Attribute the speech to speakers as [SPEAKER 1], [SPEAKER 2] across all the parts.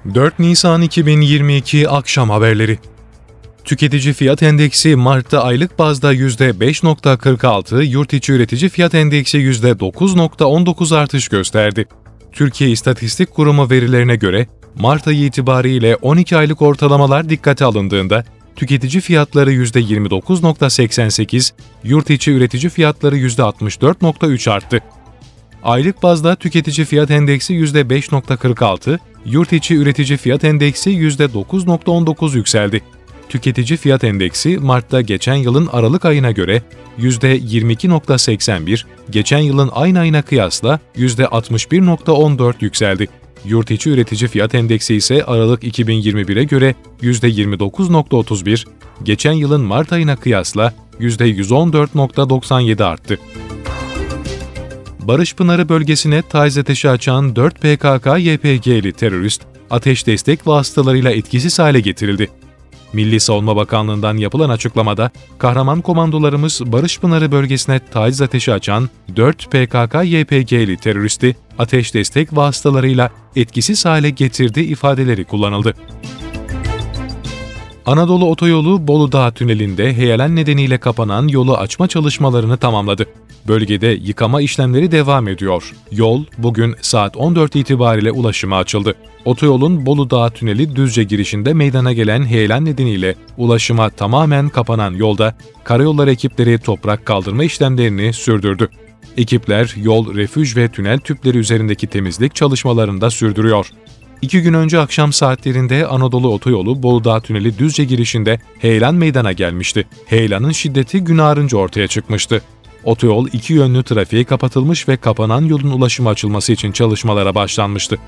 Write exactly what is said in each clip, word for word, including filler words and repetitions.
[SPEAKER 1] dört Nisan iki bin yirmi iki Akşam Haberleri. Tüketici Fiyat Endeksi Mart'ta aylık bazda yüzde beş virgül kırk altı, yurt içi üretici fiyat endeksi yüzde dokuz virgül on dokuz artış gösterdi. Türkiye İstatistik Kurumu verilerine göre Mart ayı itibariyle on iki aylık ortalamalar dikkate alındığında tüketici fiyatları yüzde yirmi dokuz virgül seksen sekiz, yurt içi üretici fiyatları yüzde altmış dört virgül üç arttı. Aylık bazda tüketici fiyat endeksi yüzde beş virgül kırk altı, yurt içi üretici fiyat endeksi yüzde dokuz virgül on dokuz yükseldi. Tüketici fiyat endeksi Mart'ta geçen yılın Aralık ayına göre yüzde yirmi iki virgül seksen bir, geçen yılın aynı ayına kıyasla yüzde altmış bir virgül on dört yükseldi. Yurt içi üretici fiyat endeksi ise Aralık iki bin yirmi bire göre yüzde yirmi dokuz virgül otuz bir, geçen yılın Mart ayına kıyasla yüzde yüz on dört virgül doksan yedi arttı. Barış Pınarı bölgesine taciz ateşi açan dört P K K Y P G'li terörist, ateş destek vasıtalarıyla etkisiz hale getirildi. Milli Savunma Bakanlığı'ndan yapılan açıklamada, kahraman komandolarımız Barış Pınarı bölgesine taciz ateşi açan dört P K K Y P G'li teröristi ateş destek vasıtalarıyla etkisiz hale getirdi ifadeleri kullanıldı. Anadolu Otoyolu Bolu Dağı Tüneli'nde heyelan nedeniyle kapanan yolu açma çalışmalarını tamamladı. Bölgede yıkama işlemleri devam ediyor. Yol bugün saat on dört itibariyle ulaşıma açıldı. Otoyolun Bolu Dağı Tüneli Düzce girişinde meydana gelen heyelan nedeniyle ulaşıma tamamen kapanan yolda karayolları ekipleri toprak kaldırma işlemlerini sürdürdü. Ekipler yol, refüj ve tünel tüpleri üzerindeki temizlik çalışmalarını da sürdürüyor. İki gün önce akşam saatlerinde Anadolu Otoyolu Bolu Dağı Tüneli Düzce girişinde heyelan meydana gelmişti. Heyelanın şiddeti gün ağarınca ortaya çıkmıştı. Otoyol iki yönlü trafiğe kapatılmış ve kapanan yolun ulaşıma açılması için çalışmalara başlanmıştı.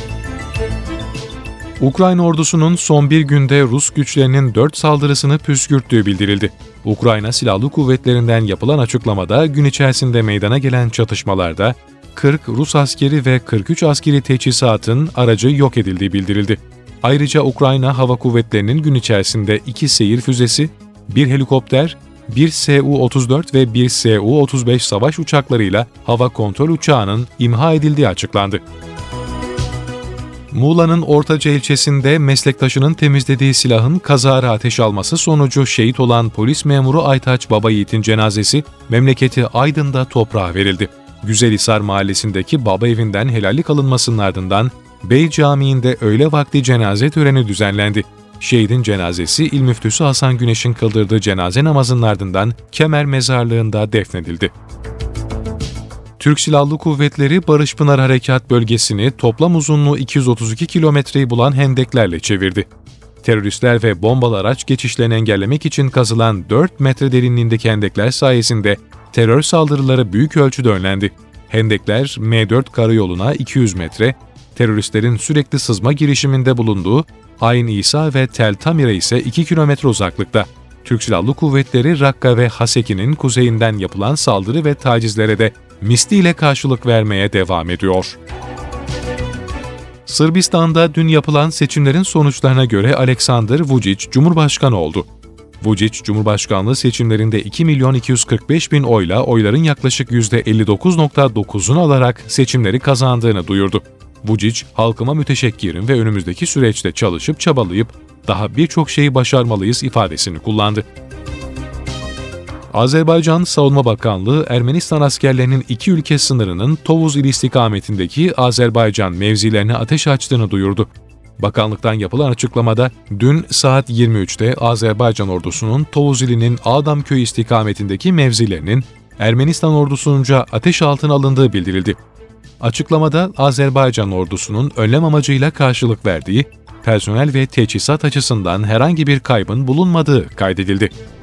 [SPEAKER 1] Ukrayna ordusunun son bir günde Rus güçlerinin dört saldırısını püskürttüğü bildirildi. Ukrayna Silahlı Kuvvetleri'nden yapılan açıklamada gün içerisinde meydana gelen çatışmalarda kırk Rus askeri ve kırk üç askeri teçhizatın aracı yok edildiği bildirildi. Ayrıca Ukrayna Hava Kuvvetleri'nin gün içerisinde iki seyir füzesi, bir helikopter, bir S U otuz dört ve bir S U otuz beş savaş uçaklarıyla hava kontrol uçağının imha edildiği açıklandı. Muğla'nın Ortaca ilçesinde meslektaşının temizlediği silahın kazara ateş alması sonucu şehit olan polis memuru Aytaç Babayiğit'in cenazesi memleketi Aydın'da toprağa verildi. Güzelhisar mahallesindeki baba evinden helallik alınmasının ardından Bey Camii'nde öğle vakti cenaze töreni düzenlendi. Şehidin cenazesi İl Müftüsü Hasan Güneş'in kıldırdığı cenaze namazının ardından Kemer Mezarlığı'nda defnedildi. Türk Silahlı Kuvvetleri Barış Pınar Harekat Bölgesi'ni toplam uzunluğu iki yüz otuz iki kilometreyi bulan hendeklerle çevirdi. Teröristler ve bombalı araç geçişlerini engellemek için kazılan dört metre derinliğindeki hendekler sayesinde terör saldırıları büyük ölçüde önlendi. Hendekler M dört karayoluna iki yüz metre, teröristlerin sürekli sızma girişiminde bulunduğu Ayn İsa ve Tel Tamir'e ise iki kilometre uzaklıkta. Türk Silahlı Kuvvetleri Rakka ve Haseki'nin kuzeyinden yapılan saldırı ve tacizlere de misliyle karşılık vermeye devam ediyor. Sırbistan'da dün yapılan seçimlerin sonuçlarına göre Aleksandar Vučić Cumhurbaşkanı oldu. Vučić, Cumhurbaşkanlığı seçimlerinde iki milyon iki yüz kırk beş bin oyla oyların yaklaşık yüzde elli dokuz virgül dokuzunu alarak seçimleri kazandığını duyurdu. Vučić, halkıma müteşekkirim ve önümüzdeki süreçte çalışıp çabalayıp daha birçok şeyi başarmalıyız ifadesini kullandı. Azerbaycan Savunma Bakanlığı, Ermenistan askerlerinin iki ülke sınırının Tovuz ili istikametindeki Azerbaycan mevzilerine ateş açtığını duyurdu. Bakanlıktan yapılan açıklamada, dün saat yirmi üçte Azerbaycan ordusunun Tovuz ilinin Adamköy istikametindeki mevzilerinin Ermenistan ordusunca ateş altına alındığı bildirildi. Açıklamada Azerbaycan ordusunun önlem amacıyla karşılık verdiği, personel ve teçhizat açısından herhangi bir kaybın bulunmadığı kaydedildi.